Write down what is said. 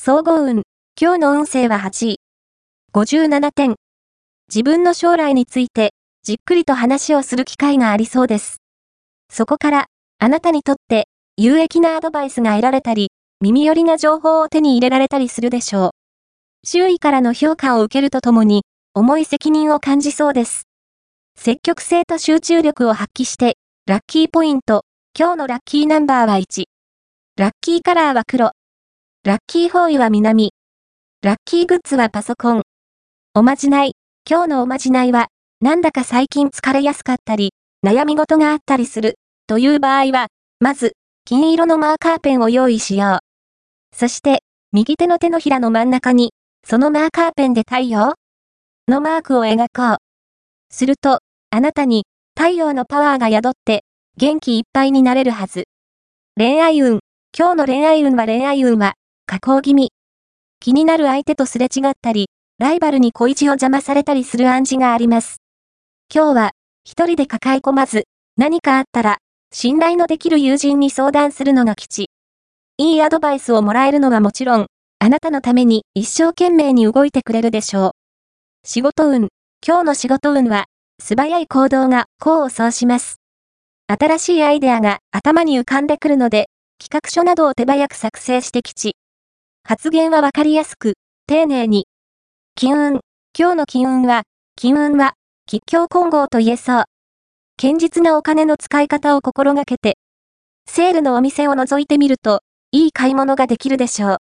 総合運。今日の運勢は8位。57点。自分の将来について、じっくりと話をする機会がありそうです。そこから、あなたにとって、有益なアドバイスが得られたり、耳寄りな情報を手に入れられたりするでしょう。周囲からの評価を受けるとともに、重い責任を感じそうです。積極性と集中力を発揮して、ラッキーポイント。今日のラッキーナンバーは1。ラッキーカラーは黒。ラッキーフォーイは南。ラッキーグッズはパソコン。おまじない。今日のおまじないは、なんだか最近疲れやすかったり、悩み事があったりする、という場合は、まず、金色のマーカーペンを用意しよう。そして、右手の手のひらの真ん中に、そのマーカーペンで太陽のマークを描こう。すると、あなたに、太陽のパワーが宿って、元気いっぱいになれるはず。恋愛運。今日の恋愛運は、下降気味。気になる相手とすれ違ったり、ライバルに恋路を邪魔されたりする暗示があります。今日は、一人で抱え込まず、何かあったら、信頼のできる友人に相談するのが吉。いいアドバイスをもらえるのはもちろん、あなたのために一生懸命に動いてくれるでしょう。仕事運。今日の仕事運は、素早い行動が功を奏します。新しいアイデアが頭に浮かんでくるので、企画書などを手早く作成して吉。発言はわかりやすく、丁寧に。金運。今日の金運は、吉凶混合と言えそう。堅実なお金の使い方を心がけて、セールのお店を覗いてみると、いい買い物ができるでしょう。